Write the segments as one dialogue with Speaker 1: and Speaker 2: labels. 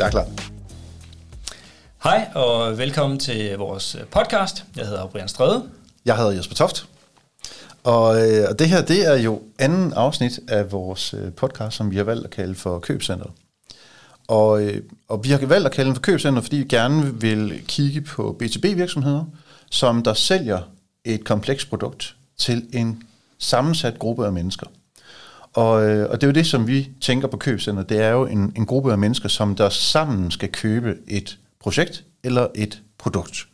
Speaker 1: Jeg er klar.
Speaker 2: Hej og velkommen til vores podcast. Jeg hedder Brian Strøde.
Speaker 1: Jeg hedder Jesper Toft. Og det her, det er jo anden afsnit af vores podcast, som vi har valgt at kalde for Købcentret. Og vi har valgt at kalde den for Købcentret, fordi vi gerne vil kigge på B2B-virksomheder, som der sælger et komplekst produkt til en sammensat gruppe af mennesker. Og det er jo det, som vi tænker på Købcentret. Det er jo en gruppe af mennesker, som der sammen skal købe et projekt eller et produkt.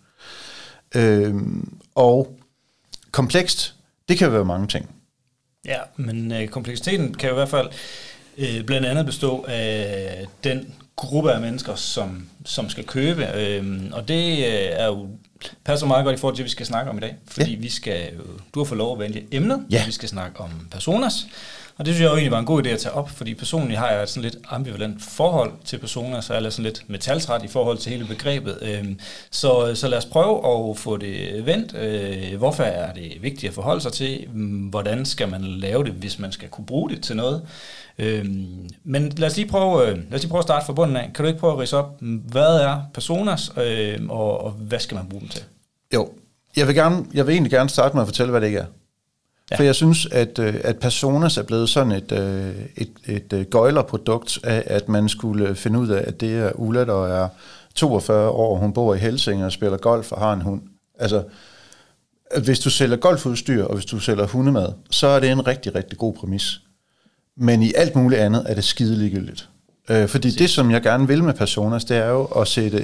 Speaker 1: Og komplekst, det kan være mange ting. Ja,
Speaker 2: men kompleksiteten kan jo i hvert fald blandt andet bestå af den gruppe af mennesker, som skal købe. Og det er jo passer meget godt i forhold til, at vi skal snakke om i dag. Fordi du har fået lov at vælge emnet, vi skal snakke om personas. Og det synes jeg jo egentlig var en god idé at tage op, fordi personligt har jeg et sådan lidt ambivalent forhold til personer, så jeg er sådan lidt metaltræt i forhold til hele begrebet. Så lad os prøve at få det vendt. Hvorfor er det vigtigt at forholde sig til? Hvordan skal man lave det, hvis man skal kunne bruge det til noget? Men lad os lige prøve at starte fra bunden af. Kan du ikke prøve at ridse op, hvad er personas, og hvad skal man bruge dem til?
Speaker 1: Jo, jeg vil egentlig gerne starte med at fortælle, hvad det ikke er. Ja. For jeg synes, at personas er blevet sådan et gøjlerprodukt af, at man skulle finde ud af, at det er Ulla, der er 42 år, hun bor i Helsinge og spiller golf og har en hund. Altså, hvis du sælger golfudstyr, og hvis du sælger hundemad, så er det en rigtig, rigtig god præmis. Men i alt muligt andet er det skideliggyldigt. Fordi det, som jeg gerne vil med personas, det er jo at sætte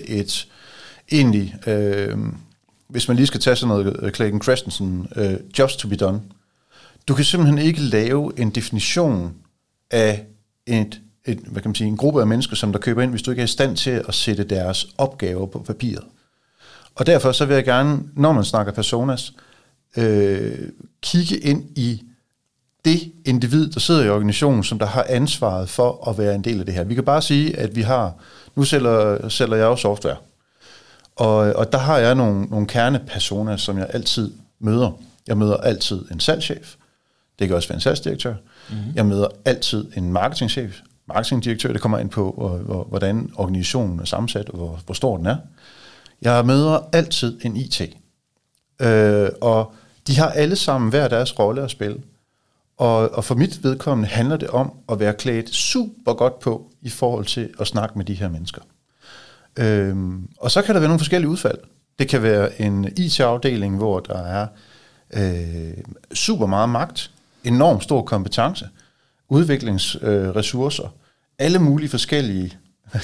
Speaker 1: hvis man lige skal tage sådan noget Clayton Christensen, jobs to be done. Du kan simpelthen ikke lave en definition af en gruppe af mennesker, som der køber ind, hvis du ikke er i stand til at sætte deres opgaver på papiret. Og derfor så vil jeg gerne, når man snakker personas, kigge ind i det individ, der sidder i organisationen, som der har ansvaret for at være en del af det her. Vi kan bare sige, at nu sælger jeg jo software, og der har jeg nogle kernepersoner, som jeg altid møder. Jeg møder altid en salgschef. Det kan også være en salgsdirektør. Mm-hmm. Jeg møder altid en marketingchef, marketingdirektør. Det kommer ind på, hvordan organisationen er sammensat, og hvor stor den er. Jeg møder altid en IT. Og de har alle sammen hver deres rolle at spille. Og for mit vedkommende handler det om at være klædt super godt på i forhold til at snakke med de her mennesker. Og så kan der være nogle forskellige udfald. Det kan være en IT-afdeling, hvor der er super meget magt, enormt stor kompetence, udviklingsressourcer, alle mulige forskellige,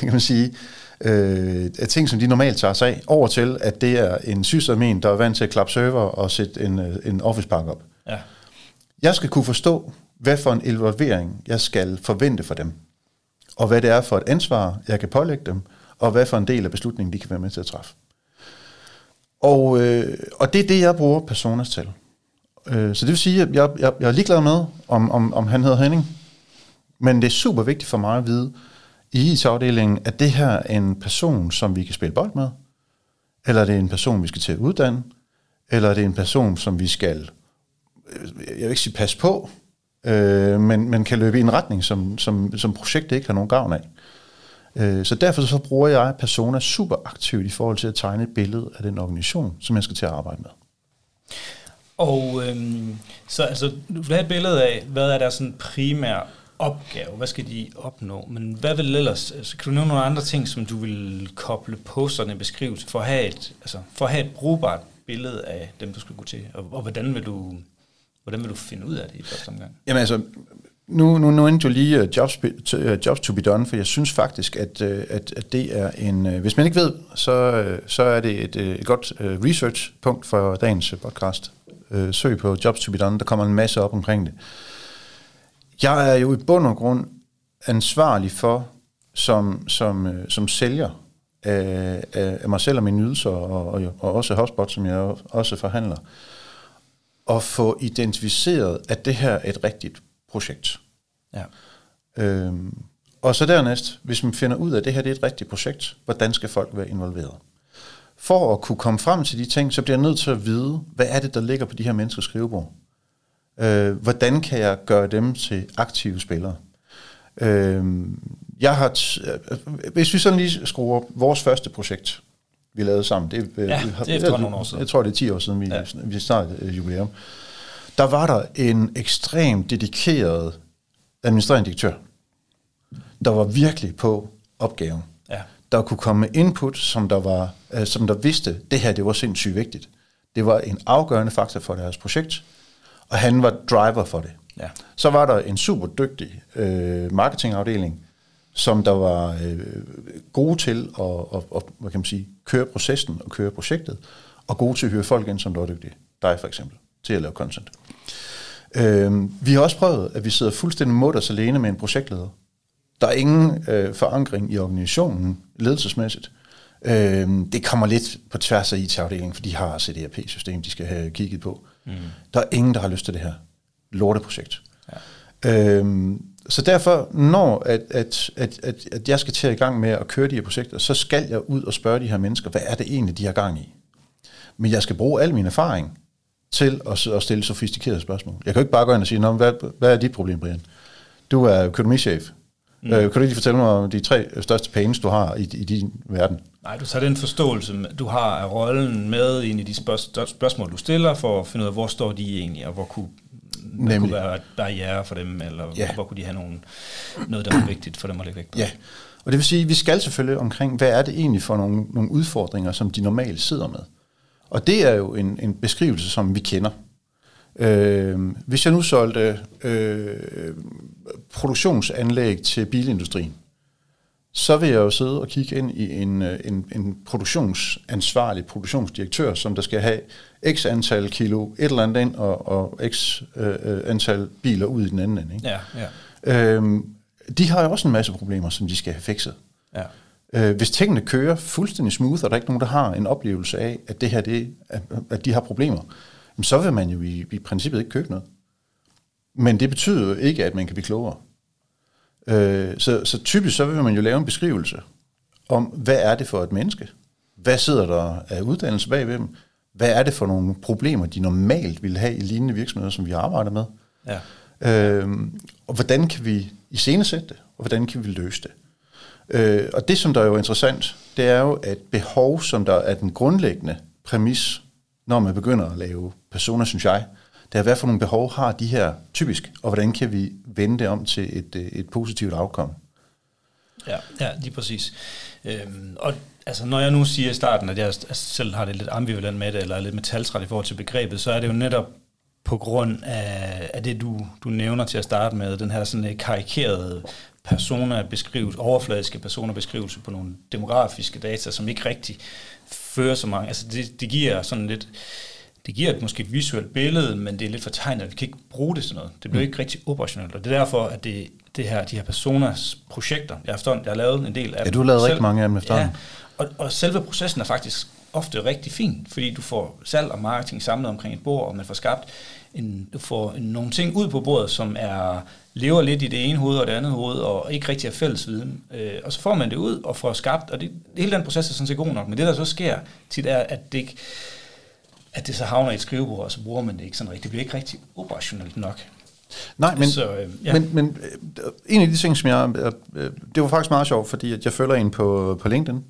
Speaker 1: ting, som de normalt tager sig af, over til, at det er en sysadmin, der er vant til at klappe server og sætte en office-park op. Ja. Jeg skal kunne forstå, hvad for en involvering jeg skal forvente for dem, og hvad det er for et ansvar, jeg kan pålægge dem, og hvad for en del af beslutningen, de kan være med til at træffe. Og det er det, jeg bruger personas til. Så det vil sige, at jeg er ligeglad med, om han hedder Henning, men det er super vigtigt for mig at vide i IT-afdelingen, at det her er en person, som vi kan spille bold med, eller er det en person, vi skal til at uddanne, eller er det en person, som vi skal, jeg vil ikke sige passe på, men kan løbe i en retning, som projektet ikke har nogen gavn af. Så derfor så bruger jeg personas super aktivt i forhold til at tegne et billede af den organisation, som jeg skal til at arbejde med.
Speaker 2: Og så altså, du vil have et billede af, hvad er der sådan primær opgave, hvad skal de opnå, men hvad vil ellers, altså, kan du nævne nogle andre ting, som du vil koble på sådan en beskrivelse, for at have et brugbart billede af dem, du skal gå til, og hvordan vil du finde ud af det i første omgang?
Speaker 1: Jamen altså, nu endte jo lige jobs to be done, for jeg synes faktisk, at det er hvis man ikke ved, så er det et godt research-punkt for dagens podcast. Søg på jobs to be done, der kommer en masse op omkring det. Jeg er jo i bund og grund ansvarlig for, som sælger af mig selv og mine ydelser, og også HubSpot, som jeg også forhandler, at få identificeret, at det her er et rigtigt projekt. Ja. Og så dernæst, hvis man finder ud af, at det her det er et rigtigt projekt, hvordan skal folk være involveret? For at kunne komme frem til de ting, så bliver jeg nødt til at vide, hvad er det, der ligger på de her menneskers skrivebord? Hvordan kan jeg gøre dem til aktive spillere? Hvis vi sådan lige skruer vores første projekt, vi lavede sammen, det
Speaker 2: er efter nogle år siden.
Speaker 1: Jeg tror, det er 10 år siden, vi startede jubilæum. Der var der en ekstremt dedikeret administrerende direktør, der var virkelig på opgaven. Ja. Der kunne komme med input, som der vidste, det her det var sindssygt vigtigt. Det var en afgørende faktor for deres projekt, og han var driver for det. Ja. Så var der en super dygtig marketingafdeling, som der var gode til at hvad kan man sige, køre processen og køre projektet, og gode til at hyre folk ind, som der var dygtige. Dig for eksempel, til at lave content. Vi har også prøvet, at vi sidder fuldstændig mutters alene med en projektleder. Der er ingen forankring i organisationen, ledelsesmæssigt. Det kommer lidt på tværs af IT-afdelingen, for de har også et ERP-system, de skal have kigget på. Der er ingen, der har lyst til det her lorteprojekt. Ja. Så derfor, når at jeg skal til i gang med at køre de her projekter, så skal jeg ud og spørge de her mennesker, hvad er det egentlig, de har gang i? Men jeg skal bruge al min erfaring til at stille sofistikerede spørgsmål. Jeg kan jo ikke bare gå ind og sige, hvad er dit problem, Brian? Du er økonomichef. Kan du lige fortælle mig om de 3 største pains, du har i din verden?
Speaker 2: Nej, du tager den forståelse, du har af rollen med ind i de spørgsmål, du stiller, for at finde ud af, hvor står de egentlig, og hvor kunne være barriere for dem, eller hvor kunne de have noget, der er vigtigt for dem at lægge vægt på. Ja,
Speaker 1: og det vil sige, at vi skal selvfølgelig omkring, hvad er det egentlig for nogle udfordringer, som de normalt sidder med. Og det er jo en beskrivelse, som vi kender. Hvis jeg nu solgte produktionsanlæg til bilindustrien, så vil jeg jo sidde og kigge ind i en produktionsansvarlig produktionsdirektør, som der skal have x antal kilo et eller andet ind, og x antal biler ud i den anden ende. Ikke? Ja. De har jo også en masse problemer, som de skal have fikset. Ja. Hvis tingene kører fuldstændig smooth, og der er ikke nogen, der har en oplevelse af, at det her at de har problemer, så vil man jo i princippet ikke købe noget. Men det betyder jo ikke, at man kan blive klogere. Så typisk så vil man jo lave en beskrivelse om, hvad er det for et menneske? Hvad sidder der af uddannelse bag ved dem? Hvad er det for nogle problemer, de normalt ville have i lignende virksomheder, som vi arbejder med? Ja. Og hvordan kan vi iscenesætte det? Og hvordan kan vi løse det? Og det, som der er jo interessant, det er jo, at behov, som der er den grundlæggende præmis, når man begynder at lave personer, synes jeg, det er, hvad for nogle behov har de her typisk, og hvordan kan vi vende det om til et positivt outcome?
Speaker 2: Ja, lige præcis. Og altså, når jeg nu siger i starten, at jeg selv har det lidt ambivalent med det, eller lidt metaltræt i forhold til begrebet, så er det jo netop på grund af det, du nævner til at starte med, den her sådan karikerede personabeskrivelse, overfladiske personabeskrivelse på nogle demografiske data, som ikke rigtig fører så mange. Altså det giver sådan lidt, det giver måske et visuelt billede, men det er lidt fortegnet, vi kan ikke bruge det sådan noget. Det bliver ikke rigtig operationelt, og det er derfor, at de her personers projekter, jeg har lavet en del af dem.
Speaker 1: Ja, du har lavet rigtig mange af dem efterhånden.
Speaker 2: Ja, og selve processen er faktisk ofte rigtig fin, fordi du får salg og marketing samlet omkring et bord, og man får skabt du får nogle ting ud på bordet, som lever lidt i det ene hoved og det andet hoved, og ikke rigtig er fælles viden. Og så får man det ud og får skabt, og hele den proces er sådan set god nok, men det der så sker tit er, at det så havner i et skrivebord, og så bruger man det ikke sådan rigtigt. Det bliver ikke rigtig operationelt nok.
Speaker 1: Nej, men en af de ting, som det var faktisk meget sjovt, fordi at jeg følger en på LinkedIn,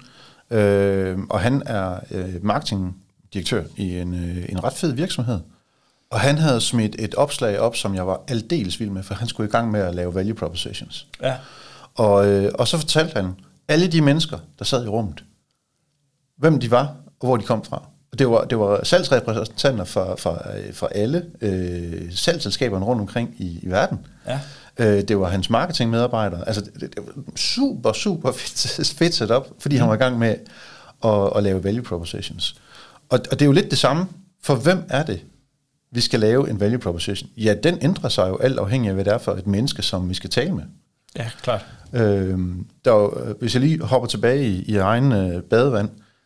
Speaker 1: og han er marketingdirektør i en ret fed virksomhed. Og han havde smidt et opslag op, som jeg var aldeles vild med, for han skulle i gang med at lave value propositions. Ja. Og så fortalte han alle de mennesker, der sad i rummet, hvem de var, og hvor de kom fra. Det var salgsrepræsentanter fra alle salgsselskaberne rundt omkring i verden. Ja. Det var hans marketingmedarbejdere. Altså, det var super fedt setup, fordi han var i gang med at lave value propositions. Og det er jo lidt det samme, for hvem er det, vi skal lave en value proposition? Ja, den ændrer sig jo alt afhængig af, hvad det er for et menneske, som vi skal tale med.
Speaker 2: Ja, klart.
Speaker 1: Hvis jeg lige hopper tilbage i egen badevand,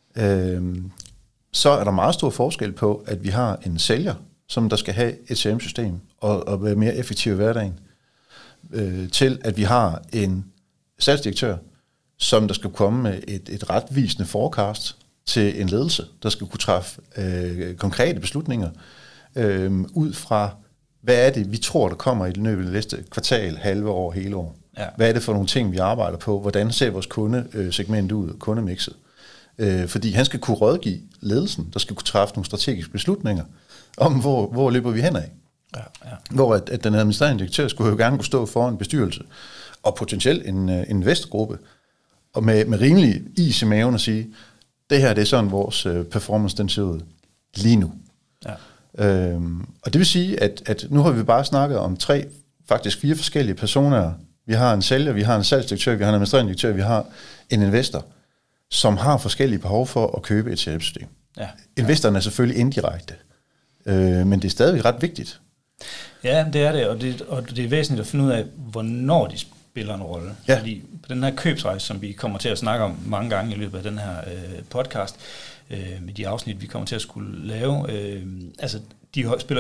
Speaker 1: så er der meget stor forskel på, at vi har en sælger, som der skal have et CRM-system og være mere effektiv i hverdagen, til at vi har en salgsdirektør, som der skal komme med et retvisende forecast til en ledelse, der skal kunne træffe konkrete beslutninger ud fra, hvad er det, vi tror, der kommer i det næste kvartal, halve år, hele år. Ja. Hvad er det for nogle ting, vi arbejder på? Hvordan ser vores kundesegment ud, kundemixet? Fordi han skal kunne rådgive ledelsen, der skal kunne træffe nogle strategiske beslutninger om, hvor løber vi henad. Ja. Hvor at den administrerende direktør skulle jo gerne kunne stå foran en bestyrelse, og potentielt en investorgruppe, og med rimelig is i maven og sige, det her det er sådan, vores performance den ser ud lige nu. Ja. Og det vil sige, at nu har vi bare snakket om 4 forskellige personer. Vi har en sælger, vi har en salgsdirektør, vi har en administrerende direktør, vi har en investor, som har forskellige behov for at købe et CRM-system. Ja. Investoren er selvfølgelig indirekte, men det er stadig ret vigtigt.
Speaker 2: Ja, det er det, og det er væsentligt at finde ud af, hvornår de spiller en rolle. Ja. Fordi på den her købsrejse, som vi kommer til at snakke om mange gange i løbet af den her podcast, med de afsnit, vi kommer til at skulle lave, altså de spiller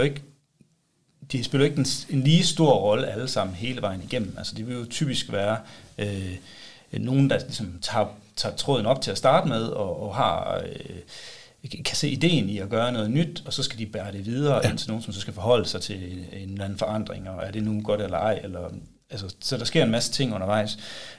Speaker 2: ikke en lige stor rolle alle sammen hele vejen igennem. Altså det vil jo typisk være nogen, der ligesom tager tråden op til at starte med, og har kan se ideen i at gøre noget nyt, og så skal de bære det videre ind til nogen, som så skal forholde sig til en eller anden forandring, og er det nu godt eller ej, eller, altså, så der sker en masse ting undervejs.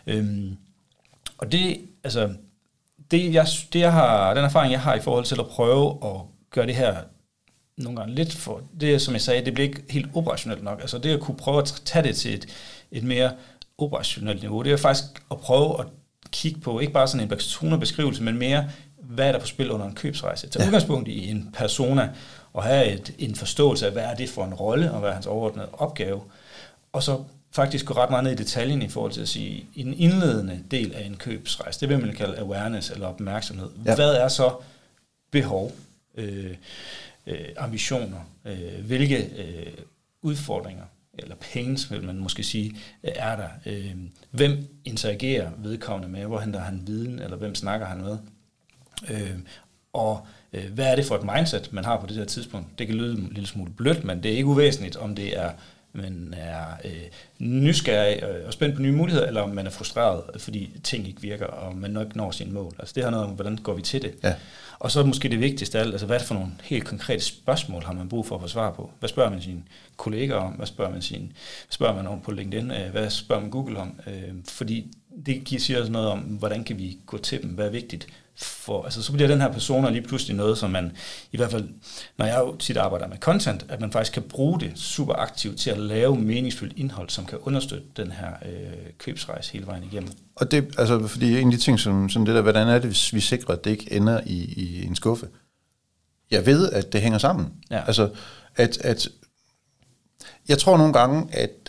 Speaker 2: Og det, altså, den erfaring, jeg har i forhold til at prøve at gøre det her nogle gange lidt for, det som jeg sagde, det bliver ikke helt operationelt nok. Altså det at kunne prøve at tage det til et mere operationelt niveau, det er faktisk at prøve at kigge på, ikke bare sådan en personabeskrivelse, men mere, hvad er der på spil under en købsrejse. Tag udgangspunkt i en persona, og have en forståelse af, hvad er det for en rolle, og hvad er hans overordnede opgave, og så faktisk gå ret meget ned i detaljen i forhold til at sige, i den indledende del af en købsrejse, det vil man kalde awareness eller opmærksomhed. Ja. Hvad er så behov, ambitioner, hvilke udfordringer, eller pains, vil man måske sige, er der. Hvem interagerer vedkommende med, hvor henter han viden, eller hvem snakker han med? Og hvad er det for et mindset, man har på det her tidspunkt? Det kan lyde en lille smule blødt, men det er ikke uvæsentligt, om det er man er nysgerrig og spændt på nye muligheder, eller om man er frustreret, fordi ting ikke virker, og man nok ikke når sine mål. Altså det har noget om, hvordan går vi til det. Ja. Og så er måske det vigtigste af alt, altså hvad er det for nogle helt konkrete spørgsmål, har man brug for at få svar på? Hvad spørger man sine kolleger om? Hvad spørger man om på LinkedIn? Hvad spørger man Google om? Fordi det siger også noget om, hvordan kan vi gå til dem? Hvad er vigtigt? Altså, så bliver den her persona lige pludselig noget, som man, i hvert fald, når jeg jo tit arbejder med content, at man faktisk kan bruge det super aktivt til at lave meningsfuldt indhold, som kan understøtte den her købsrejse hele vejen igennem. Og
Speaker 1: det, altså, fordi en af de ting, som det der, hvordan er det, hvis vi sikrer, at det ikke ender i en skuffe? Jeg ved, at det hænger sammen. Ja. Altså, at jeg tror nogle gange,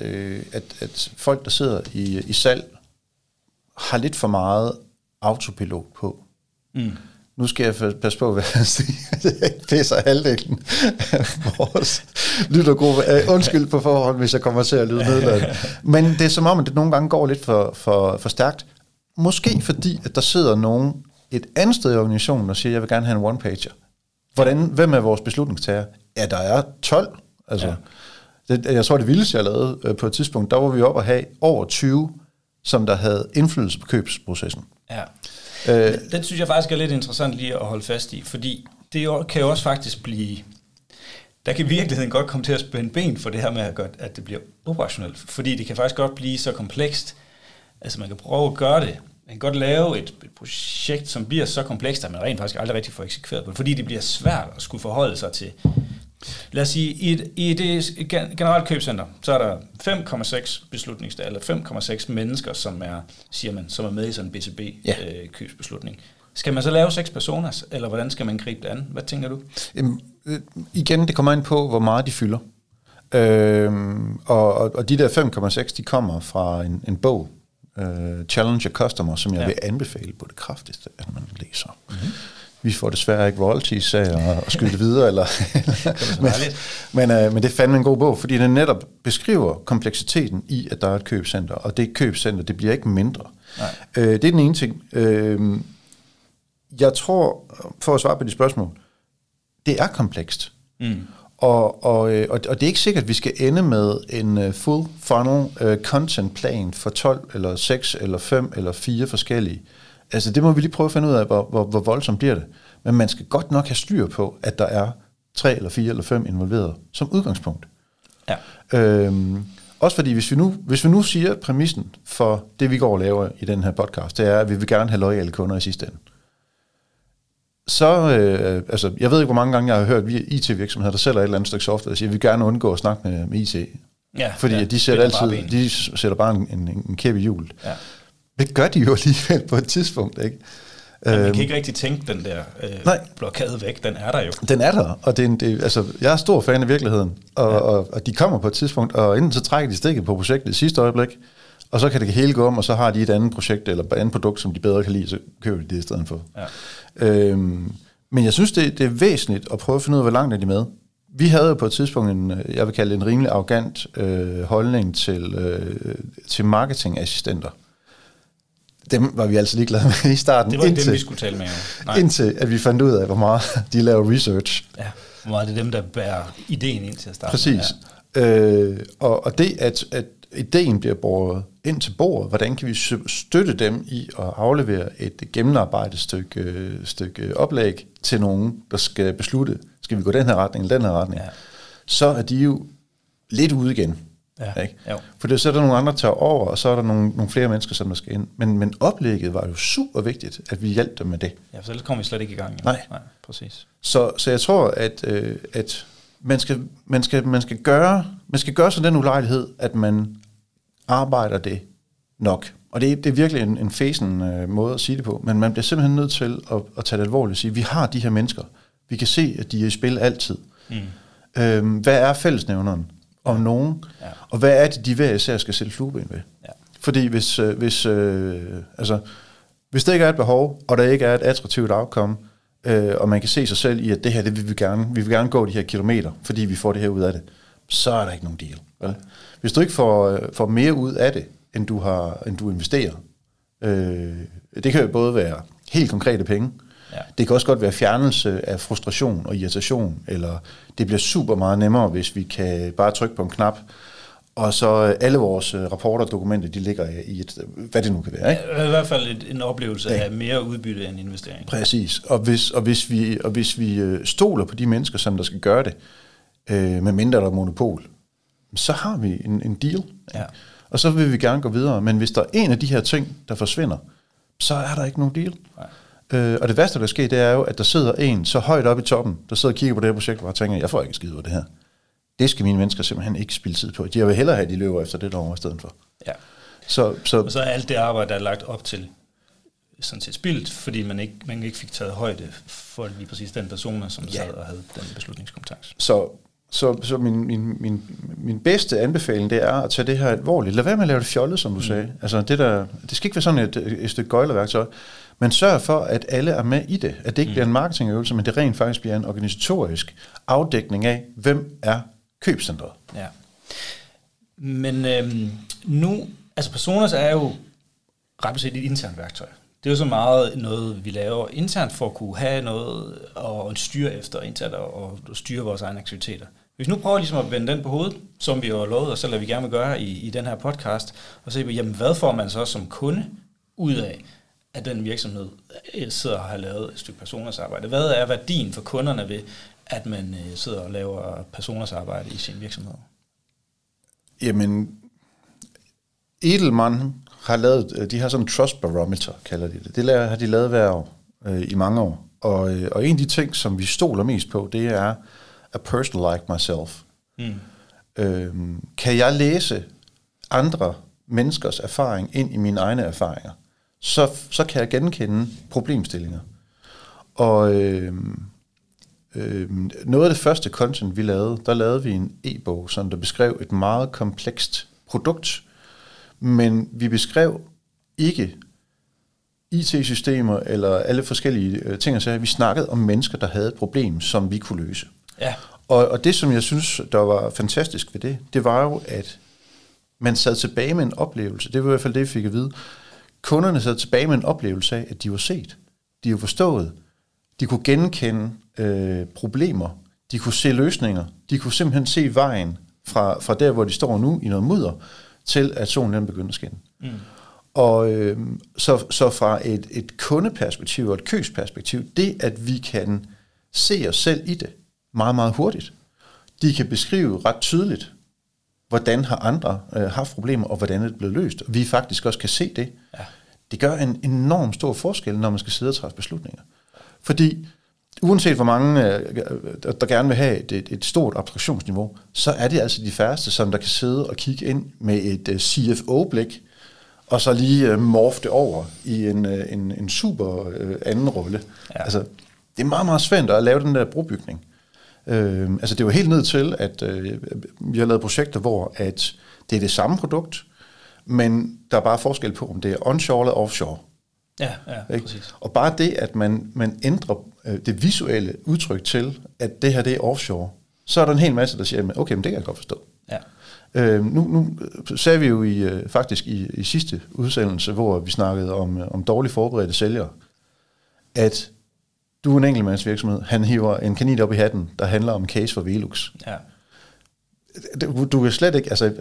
Speaker 1: at folk, der sidder i salg, har lidt for meget autopilot på. Nu skal jeg passe på, hvad jeg siger. Jeg pisser halvdelen af vores lyttergruppe. Undskyld på forhånd, hvis jeg kommer til at lyde nedladende. Men det er som om, at det nogle gange går lidt for stærkt. Måske fordi, at der sidder nogen et andet sted i organisationen og siger, jeg vil gerne have en one-pager. Hvem er vores beslutningstager? Ja, der er 12. Altså, jeg tror, det vildeste, jeg lavede på et tidspunkt, der var vi oppe at have over 20, som der havde indflydelse på købsprocessen. Ja.
Speaker 2: Den synes jeg faktisk er lidt interessant lige at holde fast i, fordi det kan jo også faktisk blive, der kan i virkeligheden godt komme til at spænde ben for det her med, at det bliver operationelt, fordi det kan faktisk godt blive så komplekst, altså man kan prøve at gøre det, man kan godt lave et projekt, som bliver så komplekst, at man rent faktisk aldrig rigtig får eksekveret på det, fordi det bliver svært at skulle forholde sig til. Lad os sige, i det generelt købscenter, så er der 5,6 beslutningstagere, eller 5,6 mennesker, som er med i sådan en B2B-købsbeslutning. Skal man så lave 6 personer, eller hvordan skal man gribe det an? Hvad tænker du?
Speaker 1: Igen, det kommer ind på, hvor meget de fylder. Og de der 5,6, de kommer fra en bog, Challenge a Customer, som jeg vil anbefale på det kraftigste, at man læser. Mm-hmm. Vi får desværre ikke royalties af at skyde det videre, men det er fandme en god bog, fordi den netop beskriver kompleksiteten i, at der er et købscenter, og det købscenter, det bliver ikke mindre. Det er den ene ting. Jeg tror, for at svare på de spørgsmål, det er komplekst. Og det er ikke sikkert, at vi skal ende med en full funnel content plan for 12 eller 6 eller 5 eller 4 forskellige. Altså det må vi lige prøve at finde ud af, hvor voldsomt bliver det. Men man skal godt nok have styr på, at der er 3 eller 4 eller 5 involveret som udgangspunkt. Ja. Også fordi, hvis vi nu siger, at præmissen for det, vi går og laver i den her podcast, det er, at vi vil gerne have loyale kunder i sidste ende. Så, jeg ved ikke, hvor mange gange jeg har hørt IT-virksomheder, der sælger et eller andet stykke software, der siger, at vi gerne undgå at snakke med IT. Ja, fordi de sætter bare en kæp i hjulet. Ja. Det gør de jo alligevel på et tidspunkt, ikke?
Speaker 2: Men man kan ikke rigtig tænke den der blokade væk, den er der jo.
Speaker 1: Den er der, og jeg er stor fan af virkeligheden, og de kommer på et tidspunkt, og enten så trækker de stikket på projektet i sidste øjeblik, og så kan det hele gå om, og så har de et andet projekt eller et andet produkt, som de bedre kan lide, så køber de det i stedet for. Ja. Men jeg synes, det er væsentligt at prøve at finde ud af, hvor langt er de med. Vi havde jo på et tidspunkt jeg vil kalde det en rimelig arrogant holdning til marketingassistenter. Dem var vi altså ligeglade med i starten.
Speaker 2: Det var ikke dem, vi skulle tale med.
Speaker 1: Nej. Indtil at vi fandt ud af, hvor meget de laver research.
Speaker 2: Ja, hvor meget det er dem, der bærer ideen ind til at starte.
Speaker 1: Præcis. Ja. Og det, at ideen bliver båret ind til bordet, hvordan kan vi støtte dem i at aflevere et gennemarbejdet stykke oplæg til nogen, der skal beslutte, skal vi gå den her retning eller den her retning, så er de jo lidt ude igen. Ja. Ikke? For så er der nogle andre, der tager over, og så er der nogle flere mennesker, som der skal ind. Men oplægget var jo super vigtigt, at vi hjalp dem med det.
Speaker 2: Ja, for ellers kommer vi slet ikke i gang.
Speaker 1: Nej,
Speaker 2: præcis.
Speaker 1: Så jeg tror, at man skal gøre sådan den ulejlighed, at man arbejder det nok. Og det er virkelig en fesen måde at sige det på, men man bliver simpelthen nødt til at tage det alvorligt og sige, vi har de her mennesker. Vi kan se, at de er i spil altid. Hvad er fællesnævneren om nogen? Ja. Og hvad er det, de hver især skal sætte flueben ved? Ja. Fordi hvis der ikke er et behov, og der ikke er et attraktivt outcome, og man kan se sig selv i, at det her, det vil vi vil gerne gå de her kilometer, fordi vi får det her ud af det, så er der ikke nogen deal. Vel? Hvis du ikke får mere ud af det, end du investerer, det kan jo både være helt konkrete penge, det kan også godt være fjernelse af frustration og irritation, eller det bliver super meget nemmere, hvis vi kan bare trykke på en knap, og så alle vores rapporter og dokumenter, de ligger i hvad det nu kan være. Ikke?
Speaker 2: I hvert fald en oplevelse af mere udbytte end investering.
Speaker 1: Præcis, og hvis vi stoler på de mennesker, som der skal gøre det, med mindre der er monopol, så har vi en deal. Ja. Og så vil vi gerne gå videre, men hvis der er en af de her ting, der forsvinder, så er der ikke nogen deal. Og det værste, der sker, det er jo, at der sidder en så højt oppe i toppen, der sidder og kigger på det her projekt, og tænker, jeg får ikke skide ud af det her. Det skal mine mennesker simpelthen ikke spille tid på. De vil hellere have, at de løber efter det derovre i stedet for. Ja.
Speaker 2: Og så er alt det arbejde, der er lagt op til, sådan set spildt, fordi man ikke fik taget højde for lige præcis den personer, som sad og havde den beslutningskompetence.
Speaker 1: Så min bedste anbefaling, det er at tage det her alvorligt. Lad være med at lave det fjollet, som du sagde. Altså det skal ikke være sådan et stykke gøjlerværktøj, men sørg for, at alle er med i det. At det ikke bliver en marketingøvelse, men det rent faktisk bliver en organisatorisk afdækning af, hvem er købscentret. Ja. Men nu, altså Personas er jo ret beset et internt værktøj. Det er jo så meget noget, vi laver internt for at kunne have noget og styre efter internt og styre vores egne aktiviteter. Hvis nu prøver ligesom at vende den på hovedet, som vi jo har lovet, og så lader vi gerne vil gøre i den her podcast, og se, jamen hvad får man så som kunde ud af, at den virksomhed sidder og har lavet et stykke Personas arbejde? Hvad er værdien for kunderne ved, at man sidder og laver Personas arbejde i sin virksomhed? Jamen, Edelman har lavet, de har sådan en trust barometer, kalder de det. Det har de lavet hver år, i mange år. Og en af de ting, som vi stoler mest på, det er a person like myself. Kan jeg læse andre menneskers erfaring ind i mine egne erfaringer, så kan jeg genkende problemstillinger. Og noget af det første content, vi lavede, der lavede vi en e-bog, som der beskrev et meget komplekst produkt, men vi beskrev ikke IT-systemer eller alle forskellige ting, så vi snakkede om mennesker, der havde et problem, som vi kunne løse. Ja. Og det, som jeg synes, der var fantastisk ved det var jo, at man sad tilbage med en oplevelse. Det var i hvert fald det, vi fik at vide. Kunderne sad tilbage med en oplevelse af, at de var set. De var forstået. De kunne genkende problemer. De kunne se løsninger. De kunne simpelthen se vejen fra der, hvor de står nu i noget mudder, til at solen den begynder at skinne. Og så fra et kundeperspektiv og et købsperspektiv, det at vi kan se os selv i det meget, meget hurtigt. De kan beskrive ret tydeligt, hvordan har andre haft problemer, og hvordan er det blevet løst. Og vi faktisk også kan se det. Ja. Det gør en enorm stor forskel, når man skal sidde og træffe beslutninger. Fordi uanset hvor mange, der gerne vil have et stort abstraktionsniveau, så er det altså de færreste, som der kan sidde og kigge ind med et CFO-blik, og så lige morfe det over i en super anden rolle. Ja. Altså, det er meget, meget svært at lave den der brobygning. Altså det er jo helt ned til, at vi har lavet projekter, hvor at det er det samme produkt, men der er bare forskel på, om det er onshore eller offshore.
Speaker 2: Ja, præcis. Og
Speaker 1: bare det, at man ændrer det visuelle udtryk til, at det her det er offshore, så er der en hel masse, der siger, okay, men det kan jeg godt forstå. Ja. Nu sagde vi jo faktisk i sidste udsendelse, hvor vi snakkede om dårligt forberedte sælgere, at du er en enkeltmandsvirksomhed, han hiver en kanin op i hatten, der handler om en case for Velux. Ja. Du kan slet ikke, altså,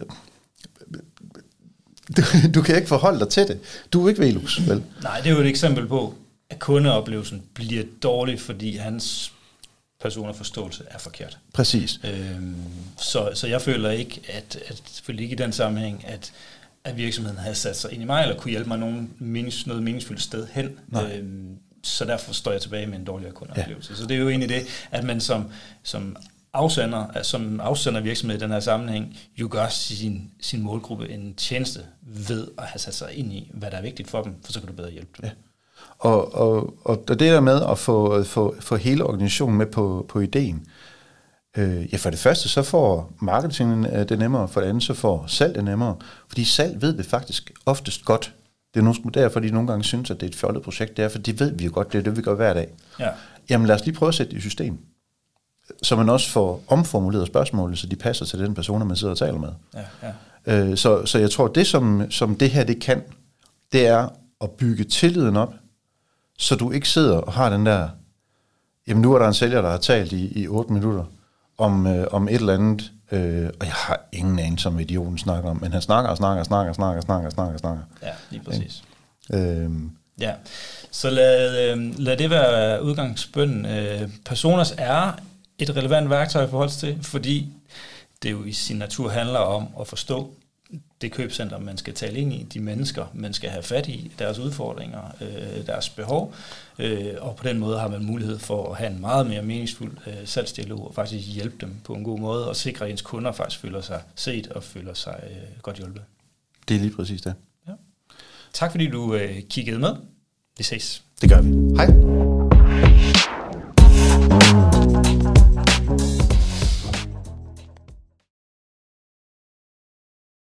Speaker 1: du kan ikke forholde dig til det. Du er ikke Velux, vel?
Speaker 2: Nej, det er jo et eksempel på, at kundeoplevelsen bliver dårlig, fordi hans personforståelse er forkert.
Speaker 1: Præcis.
Speaker 2: Så jeg føler ikke, at selvfølgelig ikke i den sammenhæng, at virksomheden havde sat sig ind i mig, eller kunne hjælpe mig noget meningsfuldt sted hen. Så derfor står jeg tilbage med en dårligere kundeoplevelse. Ja. Så det er jo egentlig det, at man som afsender virksomhed i den her sammenhæng, jo gør sin målgruppe en tjeneste ved at have sat sig ind i, hvad der er vigtigt for dem, for så kan du bedre hjælpe dem. Ja.
Speaker 1: Og det der med at få hele organisationen med på ideen, for det første så får marketing det nemmere, for det andet så får salg det nemmere, fordi salg ved vi faktisk oftest godt. Det er derfor, de nogle gange synes, at det er et fjollet projekt, det er, for det ved vi jo godt, det er det, vi gør hver dag. Ja. Jamen lad os lige prøve at sætte det i system, så man også får omformuleret spørgsmålet, så de passer til den person, man sidder og taler med. Ja. Så jeg tror, det som det her, det kan, det er at bygge tilliden op, så du ikke sidder og har den der, jamen nu er der en sælger, der har talt i 8 minutter om et eller andet, og jeg har ingen anelse, som idioten snakker om, men han snakker.
Speaker 2: Ja, lige præcis. Ja, så lad det være udgangsbønnen. Personas er et relevant værktøj i forhold til, fordi det jo i sin natur handler om at forstå det købcenter, man skal tale ind i, de mennesker, man skal have fat i, deres udfordringer, deres behov, og på den måde har man mulighed for at have en meget mere meningsfuld salgsdialog, og faktisk hjælpe dem på en god måde, og sikre, at ens kunder faktisk føler sig set og føler sig godt hjulpet.
Speaker 1: Det er lige præcis det. Ja.
Speaker 2: Tak fordi du kiggede med. Vi ses.
Speaker 1: Det gør vi. Hej.